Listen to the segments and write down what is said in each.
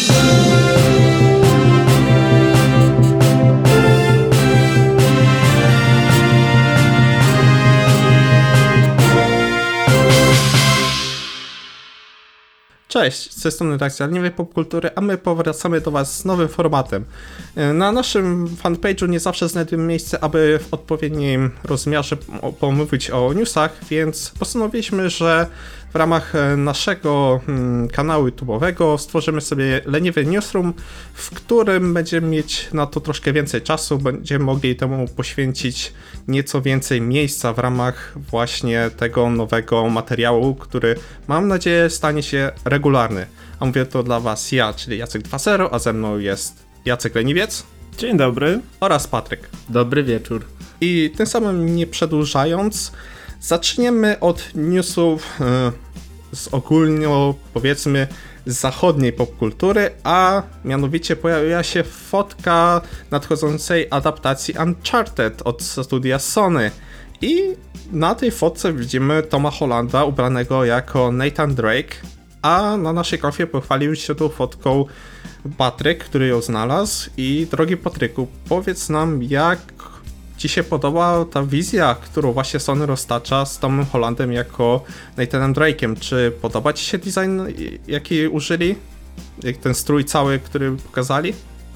Cześć, z tej strony redakcja Leniwej Popkultury, a my powracamy do Was z nowym formatem. Na naszym fanpage'u nie zawsze znajdujemy miejsce, aby w odpowiednim rozmiarze pomówić o newsach, więc postanowiliśmy, że w ramach naszego kanału YouTube'owego stworzymy sobie leniwy newsroom, w którym będziemy mieć na to troszkę więcej czasu, będziemy mogli temu poświęcić nieco więcej miejsca w ramach właśnie tego nowego materiału, który mam nadzieję stanie się regularny. A mówię to dla Was ja, czyli Jacek 2.0, a ze mną jest Jacek Leniwiec. Dzień dobry. Oraz Patryk. Dobry wieczór. I tym samym nie przedłużając, zaczniemy od newsów z ogólnie, powiedzmy, zachodniej popkultury, a mianowicie pojawiła się fotka nadchodzącej adaptacji Uncharted od studia Sony. I na tej fotce widzimy Toma Hollanda ubranego jako Nathan Drake, a na naszej konfie pochwalił się tą fotką Patryk, który ją znalazł. I drogi Patryku, powiedz nam, jak Ci się podoba ta wizja, którą właśnie Sony roztacza z Tomem Hollandem jako Nathanem Drake'em? Czy podoba Ci się design, jaki użyli? Ten strój cały, który pokazali?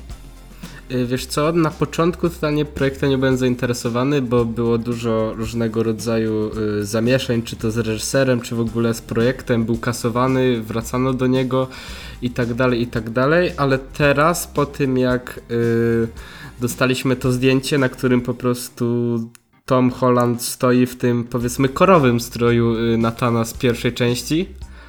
Wiesz co, na początku totalnie projektem nie byłem zainteresowany, bo było dużo różnego rodzaju zamieszań, czy to z reżyserem, czy w ogóle z projektem, był kasowany, wracano do niego i tak dalej, ale teraz po tym jak dostaliśmy to zdjęcie, na którym po prostu Tom Holland stoi w tym, powiedzmy, korowym stroju Nathana z pierwszej części,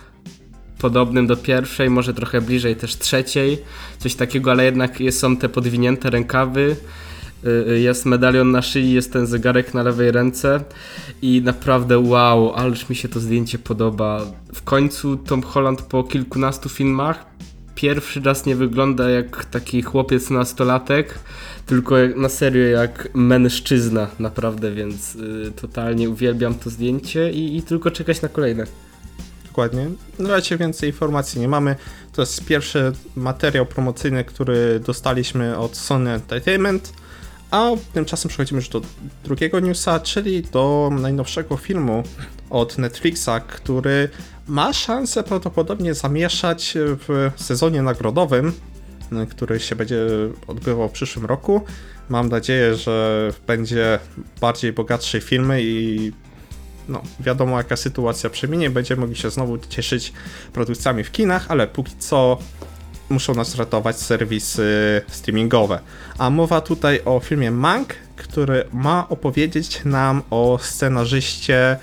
podobnym do pierwszej, może trochę bliżej też trzeciej, coś takiego, ale jednak są te podwinięte rękawy, jest medalion na szyi, jest ten zegarek na lewej ręce i naprawdę wow, ależ mi się to zdjęcie podoba. W końcu Tom Holland po kilkunastu filmach pierwszy raz nie wygląda jak taki chłopiec nastolatek, tylko na serio jak mężczyzna, naprawdę, więc totalnie uwielbiam to zdjęcie i tylko czekać na kolejne. Dokładnie. Na razie więcej informacji nie mamy. To jest pierwszy materiał promocyjny, który dostaliśmy od Sony Entertainment, a tymczasem przechodzimy już do drugiego newsa, czyli do najnowszego filmu od Netflixa, który ma szansę prawdopodobnie zamieszać w sezonie nagrodowym, który się będzie odbywał w przyszłym roku. Mam nadzieję, że będzie bardziej bogatszej filmy i wiadomo jaka sytuacja przeminie, będziemy mogli się znowu cieszyć produkcjami w kinach, ale póki co muszą nas ratować serwisy streamingowe. A mowa tutaj o filmie Mank, który ma opowiedzieć nam o scenarzyście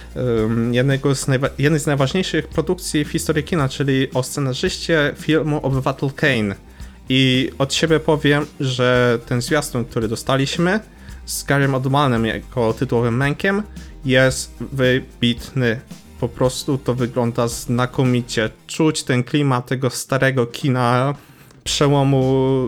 jednej z najważniejszych produkcji w historii kina, czyli o scenarzyście filmu Obywatel Kane. I od siebie powiem, że ten zwiastun, który dostaliśmy z Garym Oldmanem jako tytułowym Mankiem, jest wybitny. Po prostu to wygląda znakomicie. Czuć ten klimat tego starego kina przełomu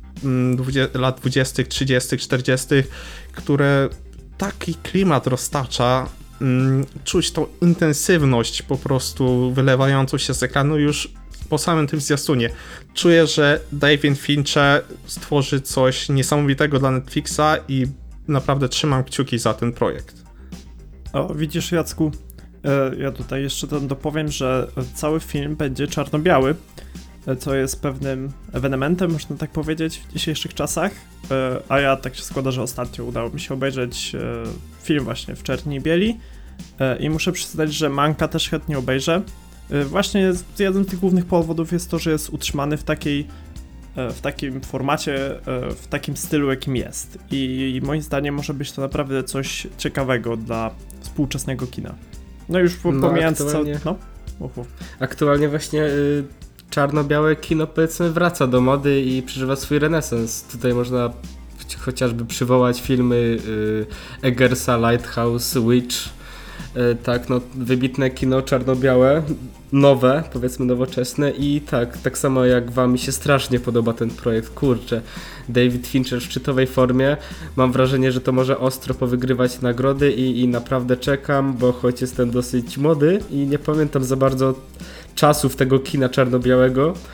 lat 20., 30., 40., które taki klimat roztacza. Czuć tą intensywność po prostu wylewającą się z ekranu już po samym tym zwiastunie. Czuję, że David Fincher stworzy coś niesamowitego dla Netflixa i naprawdę trzymam kciuki za ten projekt. O, widzisz, Jacku, ja tutaj jeszcze dopowiem, że cały film będzie czarno-biały, co jest pewnym ewenementem, można tak powiedzieć, w dzisiejszych czasach, a ja tak się składa, że ostatnio udało mi się obejrzeć film właśnie w czerni i bieli i muszę przyznać, że Manka też chętnie obejrzę. Właśnie jeden z tych głównych powodów jest to, że jest utrzymany w takim formacie, w takim stylu, jakim jest. I moim zdaniem może być to naprawdę coś ciekawego dla współczesnego kina. No już pomijając Aktualnie właśnie czarno-białe kino, powiedzmy, wraca do mody i przeżywa swój renesans. Tutaj można chociażby przywołać filmy Eggersa, Lighthouse, Witch. Tak, wybitne kino czarno-białe, nowe, powiedzmy nowoczesne i tak samo jak wam mi się strasznie podoba ten projekt, kurczę, David Fincher w szczytowej formie, mam wrażenie, że to może ostro powygrywać nagrody i naprawdę czekam, bo choć jestem dosyć młody i nie pamiętam za bardzo czasów tego kina czarno-białego,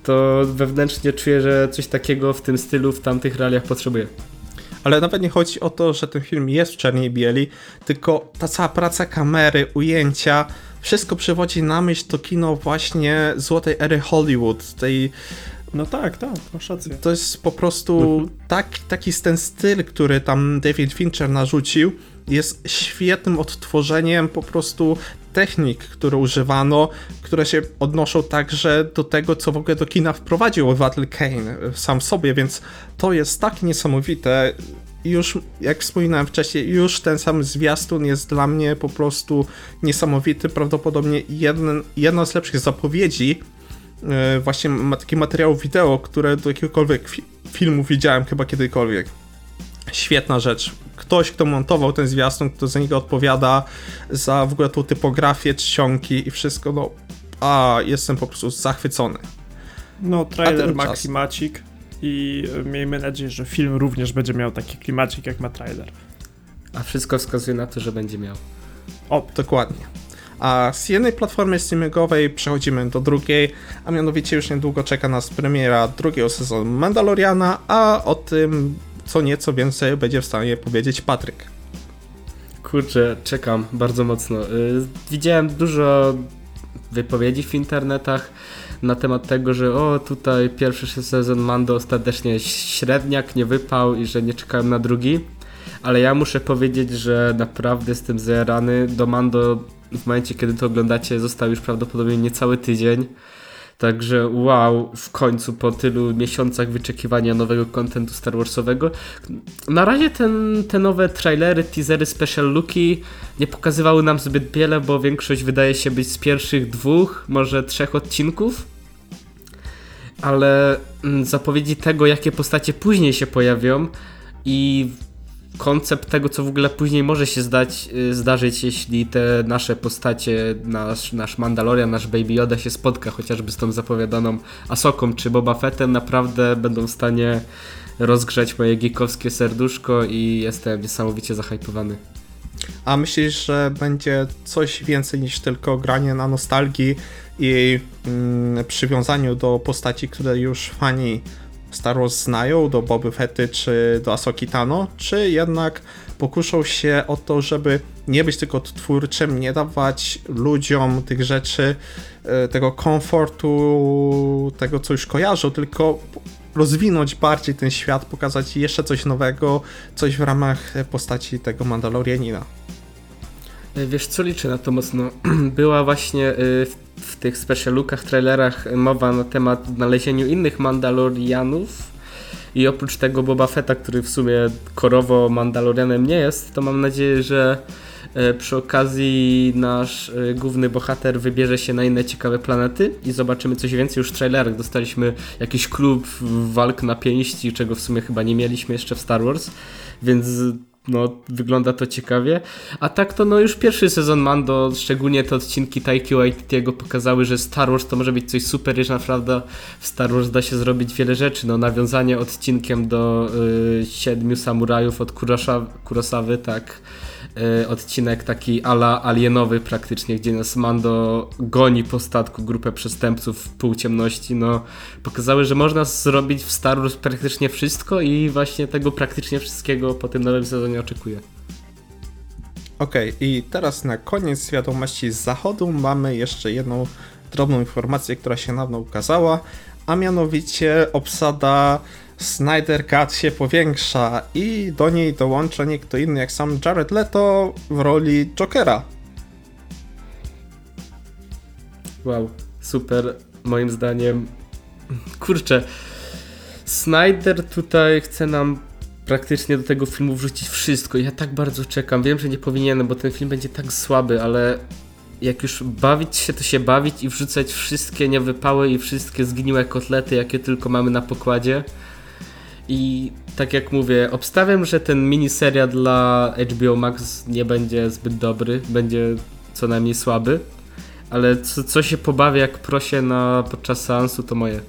to wewnętrznie czuję, że coś takiego w tym stylu, w tamtych realiach potrzebuję. Ale nawet nie chodzi o to, że ten film jest w czerni i bieli, tylko ta cała praca kamery, ujęcia, wszystko przywodzi na myśl to kino właśnie złotej ery Hollywood, tej... No tak, masz rację. To jest po prostu taki ten styl, który tam David Fincher narzucił, jest świetnym odtworzeniem po prostu technik, które używano, które się odnoszą także do tego, co w ogóle do kina wprowadził obywatel Kane sam w sobie, więc to jest tak niesamowite. I już, jak wspominałem wcześniej, już ten sam zwiastun jest dla mnie po prostu niesamowity, prawdopodobnie jedna z lepszych zapowiedzi właśnie takich materiałów wideo, które do jakiegokolwiek filmu widziałem chyba kiedykolwiek. Świetna rzecz. Ktoś, kto montował ten zwiastun, kto za niego odpowiada, za w ogóle tą typografię, czcionki i wszystko, no jestem po prostu zachwycony. No, trailer ma klimacik i miejmy nadzieję, że film również będzie miał taki klimacik, jak ma trailer. A wszystko wskazuje na to, że będzie miał. O, dokładnie. A z jednej platformy streamingowej przechodzimy do drugiej, a mianowicie już niedługo czeka nas premiera drugiego sezonu Mandaloriana, a o tym co nieco więcej będzie w stanie powiedzieć Patryk. Kurczę, czekam bardzo mocno. Widziałem dużo wypowiedzi w internetach na temat tego, że tutaj pierwszy sezon Mando ostatecznie średniak, nie wypał i że nie czekałem na drugi, ale ja muszę powiedzieć, że naprawdę jestem zajarany. Do Mando w momencie, kiedy to oglądacie, został już prawdopodobnie niecały tydzień. Także wow, w końcu po tylu miesiącach wyczekiwania nowego kontentu Star Warsowego. Na razie te nowe trailery, teasery, special looki nie pokazywały nam zbyt wiele, bo większość wydaje się być z pierwszych 2, może 3 odcinków. Ale zapowiedzi tego, jakie postacie później się pojawią i koncept tego, co w ogóle później może się zdarzyć, jeśli te nasze postacie, nasz Mandalorian, nasz Baby Yoda się spotka chociażby z tą zapowiadaną Asoką czy Boba Fettem, naprawdę będą w stanie rozgrzać moje geekowskie serduszko i jestem niesamowicie zahypowany. A myślisz, że będzie coś więcej niż tylko granie na nostalgii i przywiązaniu do postaci, które już fani Star Wars znają, do Boby Fetty czy do Asoki Tano, czy jednak pokuszą się o to, żeby nie być tylko odtwórczym, nie dawać ludziom tych rzeczy, tego komfortu, tego co już kojarzą, tylko rozwinąć bardziej ten świat, pokazać jeszcze coś nowego, coś w ramach postaci tego Mandalorianina. Wiesz co, liczę na to mocno. Była właśnie w tych special lookach, trailerach mowa na temat znalezieniu innych Mandalorianów i oprócz tego Boba Fetta, który w sumie korowo Mandalorianem nie jest, to mam nadzieję, że przy okazji nasz główny bohater wybierze się na inne ciekawe planety i zobaczymy coś więcej. Już w trailerach dostaliśmy jakiś klub walk na pięści, czego w sumie chyba nie mieliśmy jeszcze w Star Wars, więc wygląda to ciekawie. A tak to już pierwszy sezon Mando, szczególnie te odcinki Taiki Waititiego pokazały, że Star Wars to może być coś super i że naprawdę w Star Wars da się zrobić wiele rzeczy. Nawiązanie odcinkiem do 7 samurajów od Kurosawy, tak. Odcinek taki ala alienowy praktycznie, gdzie nas Mando goni po statku grupę przestępców w półciemności, pokazały, że można zrobić w Star Wars praktycznie wszystko i właśnie tego praktycznie wszystkiego po tym nowym sezonie oczekuję. Okej, i teraz na koniec wiadomości z zachodu mamy jeszcze jedną drobną informację, która się niedawno ukazała, a mianowicie obsada Snyder Cut się powiększa i do niej dołącza nie kto inny jak sam Jared Leto w roli Jokera. Wow, super, moim zdaniem. Kurczę, Snyder tutaj chce nam praktycznie do tego filmu wrzucić wszystko. Ja tak bardzo czekam, wiem, że nie powinienem, bo ten film będzie tak słaby, ale jak już bawić się, to się bawić i wrzucać wszystkie niewypały i wszystkie zgniłe kotlety, jakie tylko mamy na pokładzie. I tak jak mówię, obstawiam, że ten miniserial dla HBO Max nie będzie zbyt dobry, będzie co najmniej słaby, ale co się pobawię jak prosie podczas seansu, to moje.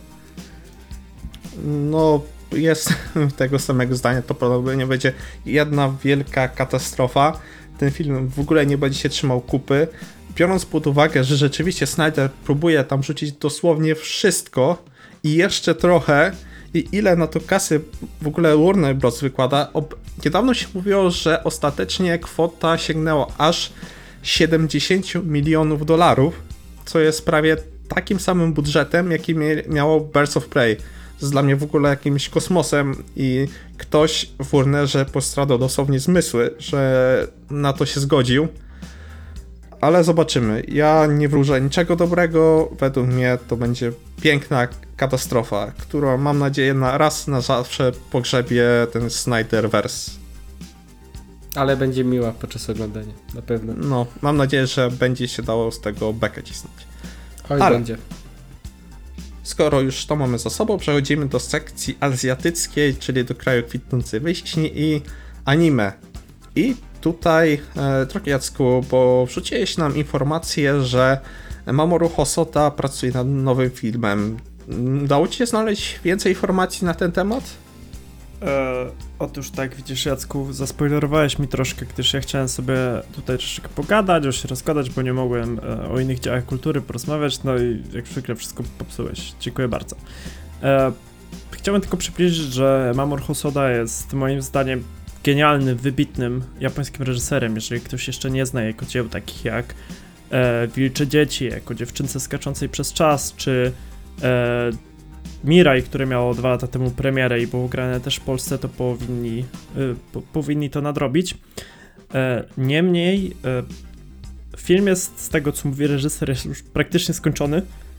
Jest tego samego zdania, to prawdopodobnie będzie jedna wielka katastrofa. Ten film w ogóle nie będzie się trzymał kupy. Biorąc pod uwagę, że rzeczywiście Snyder próbuje tam rzucić dosłownie wszystko i jeszcze trochę. I ile na to kasy w ogóle Warner Bros. Wykłada? Niedawno się mówiło, że ostatecznie kwota sięgnęła aż 70 milionów dolarów, co jest prawie takim samym budżetem, jaki miało Birds of Prey. To jest dla mnie w ogóle jakimś kosmosem i ktoś w Warnerze postradał dosłownie zmysły, że na to się zgodził. Ale zobaczymy. Ja nie wróżę niczego dobrego. Według mnie to będzie piękna katastrofa, która mam nadzieję raz na zawsze pogrzebie ten Snyderverse. Ale będzie miła podczas oglądania, na pewno. No, mam nadzieję, że będzie się dało z tego bekę cisnąć. Oj, ale będzie. Skoro już to mamy za sobą, przechodzimy do sekcji azjatyckiej, czyli do kraju kwitnącej wiśni i anime. I tutaj, drogi Jacku, bo wrzuciłeś nam informację, że Mamoru Hosoda pracuje nad nowym filmem. Udało ci się znaleźć więcej informacji na ten temat? Otóż tak, widzisz, Jacku, zaspoilerowałeś mi troszkę, gdyż ja chciałem sobie tutaj troszeczkę pogadać, już się rozgadać, bo nie mogłem o innych działach kultury porozmawiać, no i jak zwykle wszystko popsułeś. Dziękuję bardzo. Chciałem tylko przybliżyć, że Mamoru Hosoda jest moim zdaniem genialnym, wybitnym japońskim reżyserem, jeżeli ktoś jeszcze nie zna jego dzieł, takich jak Wilcze Dzieci, jako Dziewczynce skaczącej przez czas, czy Mirai, które miało 2 lata temu premierę i było grane też w Polsce, to powinni to nadrobić. Niemniej film jest, z tego co mówi reżyser, jest już praktycznie skończony.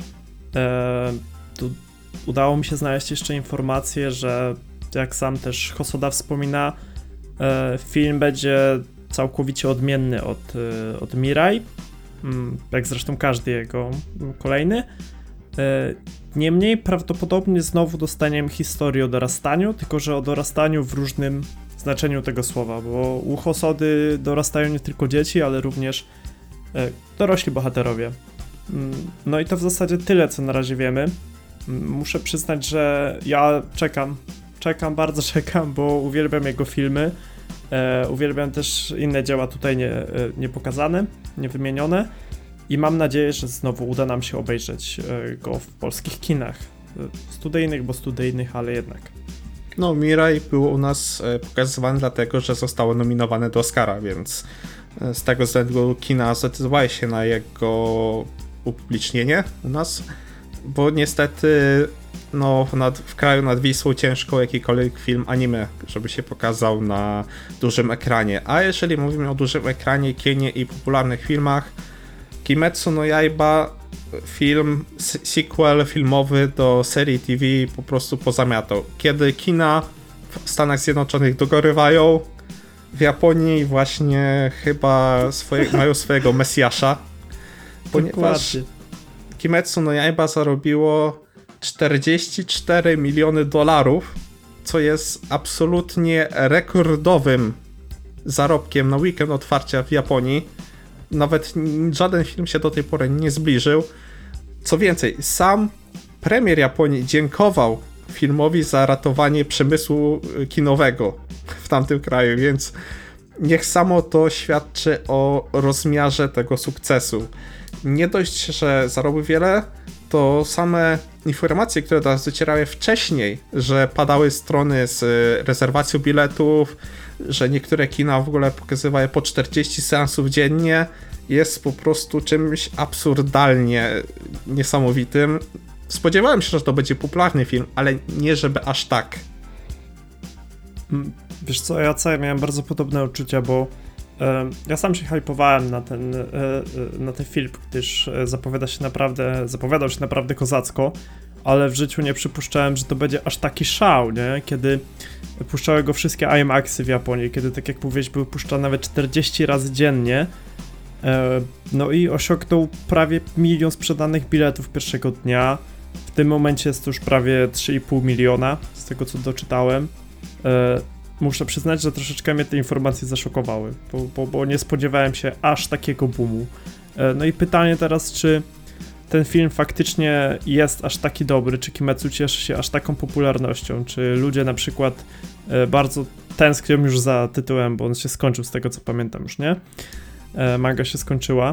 Tu udało mi się znaleźć jeszcze informację, że jak sam też Hosoda wspomina, film będzie całkowicie odmienny od Mirai, jak zresztą każdy jego kolejny. Niemniej prawdopodobnie znowu dostaniemy historię o dorastaniu, tylko że o dorastaniu w różnym znaczeniu tego słowa, bo u Hosody dorastają nie tylko dzieci, ale również dorośli bohaterowie. No i to w zasadzie tyle, co na razie wiemy. Muszę przyznać, że ja bardzo czekam, bo uwielbiam jego filmy. Uwielbiam też inne dzieła tutaj nie pokazane, nie wymienione. I mam nadzieję, że znowu uda nam się obejrzeć go w polskich kinach. Studyjnych, ale jednak. No, Mirai było u nas pokazywane dlatego, że zostało nominowane do Oscara, więc z tego względu kina zdecydowały się na jego upublicznienie u nas, bo niestety no, w kraju nad Wisłą ciężko jakikolwiek film anime, żeby się pokazał na dużym ekranie. A jeżeli mówimy o dużym ekranie, kinie i popularnych filmach, Kimetsu no Yaiba, film, sequel filmowy do serii TV po prostu pozamiatał. Kiedy kina w Stanach Zjednoczonych dogorywają, w Japonii właśnie chyba mają swojego mesjasza, ponieważ Kimetsu no Yaiba zarobiło 44 miliony dolarów, co jest absolutnie rekordowym zarobkiem na weekend otwarcia w Japonii. Nawet żaden film się do tej pory nie zbliżył. Co więcej, sam premier Japonii dziękował filmowi za ratowanie przemysłu kinowego w tamtym kraju, więc niech samo to świadczy o rozmiarze tego sukcesu. Nie dość, że zarobił wiele, to same informacje, które do nas docierały wcześniej, że padały strony z rezerwacją biletów, że niektóre kina w ogóle pokazywały po 40 seansów dziennie, jest po prostu czymś absurdalnie niesamowitym. Spodziewałem się, że to będzie popularny film, ale nie żeby aż tak. Wiesz co, ja miałem bardzo podobne uczucia, ja sam się hypowałem na ten film, gdyż zapowiadał się naprawdę kozacko, ale w życiu nie przypuszczałem, że to będzie aż taki szał, nie? Kiedy puszczały go wszystkie IMAXy w Japonii, kiedy, tak jak mówiłeś, były puszczane nawet 40 razy dziennie, no i osiągnął prawie 1 milion sprzedanych biletów pierwszego dnia. W tym momencie jest to już prawie 3,5 miliona, z tego co doczytałem. Muszę przyznać, że troszeczkę mnie te informacje zaszokowały, bo nie spodziewałem się aż takiego boomu. No i pytanie teraz, czy ten film faktycznie jest aż taki dobry, czy Kimetsu cieszy się aż taką popularnością, czy ludzie na przykład bardzo tęsknią już za tytułem, bo on się skończył z tego co pamiętam już, nie? Manga się skończyła.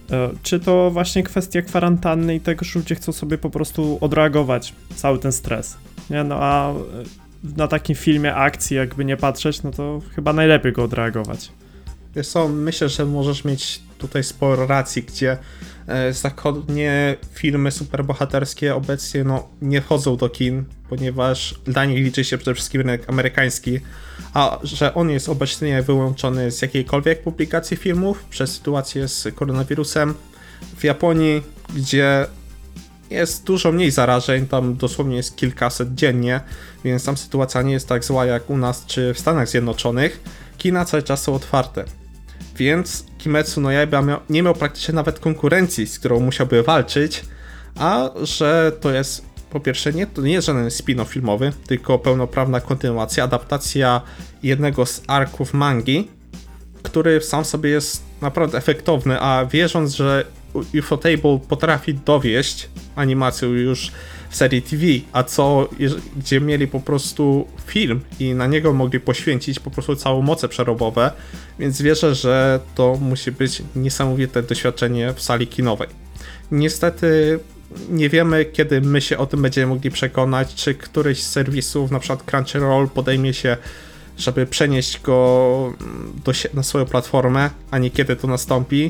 Czy to właśnie kwestia kwarantanny i tego, że ludzie chcą sobie po prostu odreagować cały ten stres, nie? No a na takim filmie akcji jakby nie patrzeć, no to chyba najlepiej go odreagować. Wiesz co, myślę, że możesz mieć tutaj sporo racji, gdzie zachodnie filmy superbohaterskie obecnie nie wchodzą do kin, ponieważ dla nich liczy się przede wszystkim rynek amerykański, a że on jest obecnie wyłączony z jakiejkolwiek publikacji filmów przez sytuację z koronawirusem w Japonii, gdzie jest dużo mniej zarażeń, tam dosłownie jest kilkaset dziennie, więc tam sytuacja nie jest tak zła jak u nas czy w Stanach Zjednoczonych, kina cały czas są otwarte. Więc Kimetsu no Yaiba nie miał praktycznie nawet konkurencji, z którą musiałby walczyć, a że to jest po pierwsze to nie jest żaden spin-off filmowy, tylko pełnoprawna kontynuacja, adaptacja jednego z arków mangi, który sam sobie jest naprawdę efektowny, a wierząc, że Ufotable potrafi dowieść animacją już w serii TV, gdzie mieli po prostu film i na niego mogli poświęcić po prostu całą moce przerobowe, więc wierzę, że to musi być niesamowite doświadczenie w sali kinowej. Niestety nie wiemy, kiedy my się o tym będziemy mogli przekonać, czy któryś z serwisów, na przykład Crunchyroll, podejmie się, żeby przenieść go na swoją platformę, a nie kiedy to nastąpi.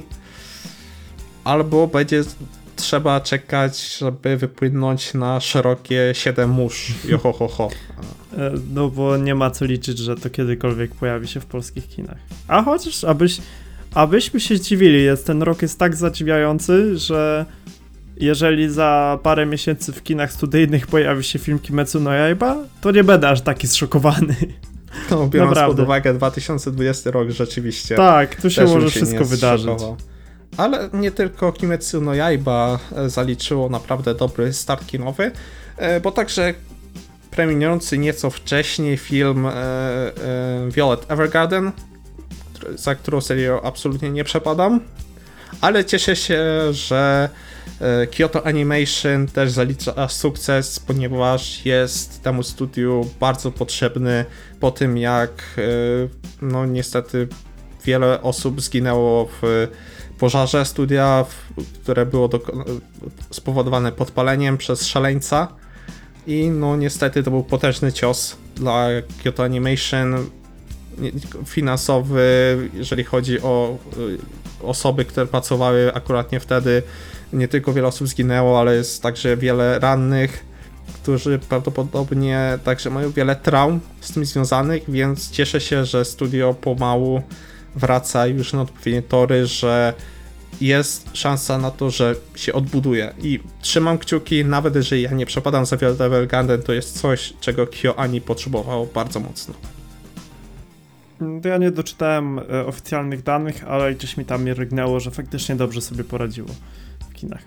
Albo będzie trzeba czekać, żeby wypłynąć na szerokie 7 mórz. Johohoho. No bo nie ma co liczyć, że to kiedykolwiek pojawi się w polskich kinach. A chociaż, abyśmy się zdziwili, ten rok jest tak zadziwiający, że jeżeli za parę miesięcy w kinach studyjnych pojawi się film Kimetsu no Yaiba, to nie będę aż taki zszokowany. No, biorąc Naprawdę. pod uwagę 2020 rok rzeczywiście. Tak, tu się też może bym wszystko nie wydarzyć. zszokował. Ale nie tylko Kimetsu no Yaiba zaliczyło naprawdę dobry start kinowy, bo także premierujący nieco wcześniej film Violet Evergarden, za którą serię absolutnie nie przepadam, ale cieszę się, że Kyoto Animation też zalicza sukces, ponieważ jest temu studiu bardzo potrzebny po tym, jak niestety wiele osób zginęło w pożarze studia, które było spowodowane podpaleniem przez szaleńca i niestety to był potężny cios dla Kyoto Animation finansowy, jeżeli chodzi o osoby, które pracowały akurat wtedy. Nie tylko wiele osób zginęło, ale jest także wiele rannych, którzy prawdopodobnie także mają wiele traum z tym związanych, więc cieszę się, że studio pomału wraca już na odpowiednie tory, że jest szansa na to, że się odbuduje i trzymam kciuki, nawet jeżeli ja nie przepadam za Violet Evergarden, to jest coś, czego KyoAni potrzebowało bardzo mocno. Ja nie doczytałem oficjalnych danych, ale gdzieś mi tam rygnęło, że faktycznie dobrze sobie poradziło w kinach.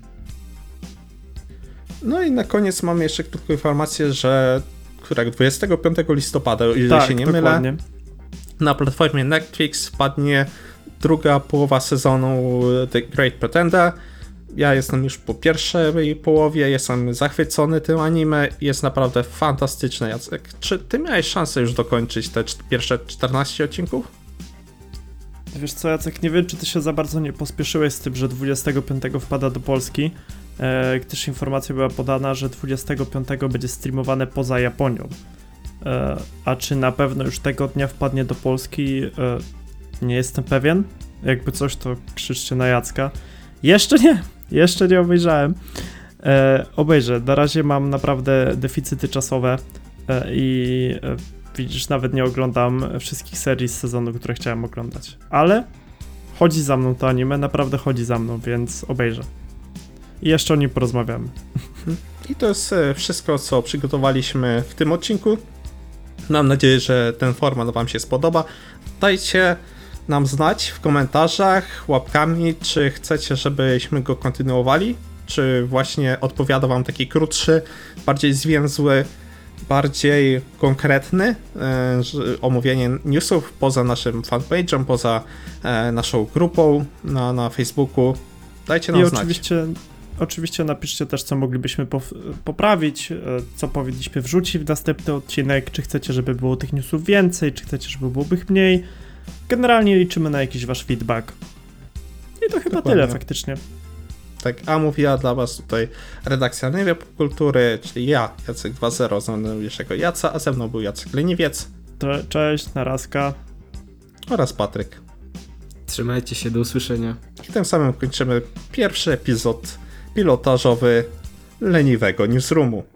No i na koniec mamy jeszcze krótką informację, że 25 listopada, o ile się nie dokładnie mylę, na platformie Netflix wpadnie druga połowa sezonu The Great Pretender. Ja jestem już po pierwszej połowie, jestem zachwycony tym anime, jest naprawdę fantastyczne. Jacek, czy ty miałeś szansę już dokończyć te pierwsze 14 odcinków? Wiesz co, Jacek, nie wiem, czy ty się za bardzo nie pospieszyłeś z tym, że 25 wpada do Polski, gdyż informacja była podana, że 25 będzie streamowane poza Japonią. A czy na pewno już tego dnia wpadnie do Polski, nie jestem pewien. Jakby coś, to krzyczcie na Jacka. Jeszcze nie obejrzałem. Obejrzę. Na razie mam naprawdę deficyty czasowe i widzisz, nawet nie oglądam wszystkich serii z sezonu, które chciałem oglądać. Ale chodzi za mną to anime, naprawdę chodzi za mną, więc obejrzę. I jeszcze o nim porozmawiamy. I to jest wszystko, co przygotowaliśmy w tym odcinku. Mam nadzieję, że ten format wam się spodoba. Dajcie nam znać w komentarzach, łapkami, czy chcecie, żebyśmy go kontynuowali, czy właśnie odpowiada wam taki krótszy, bardziej zwięzły, bardziej konkretny omówienie newsów poza naszym fanpage'em, poza naszą grupą na Facebooku. Dajcie nam znać. Oczywiście napiszcie też, co moglibyśmy poprawić, co powinniśmy wrzucić w następny odcinek, czy chcecie, żeby było tych newsów więcej, czy chcecie, żeby było ich mniej. Generalnie liczymy na jakiś wasz feedback. I to chyba Dokładnie. tyle faktycznie. Tak, a mówiła dla was tutaj redakcja Leniwie Popkultury, czyli ja, Jacek 2.0, znany już jako Jaca, a ze mną był Jacek Leniwiec Cześć, narazka. oraz Patryk. Trzymajcie się, do usłyszenia. I tym samym kończymy pierwszy epizod pilotażowy Leniwego Newsroomu.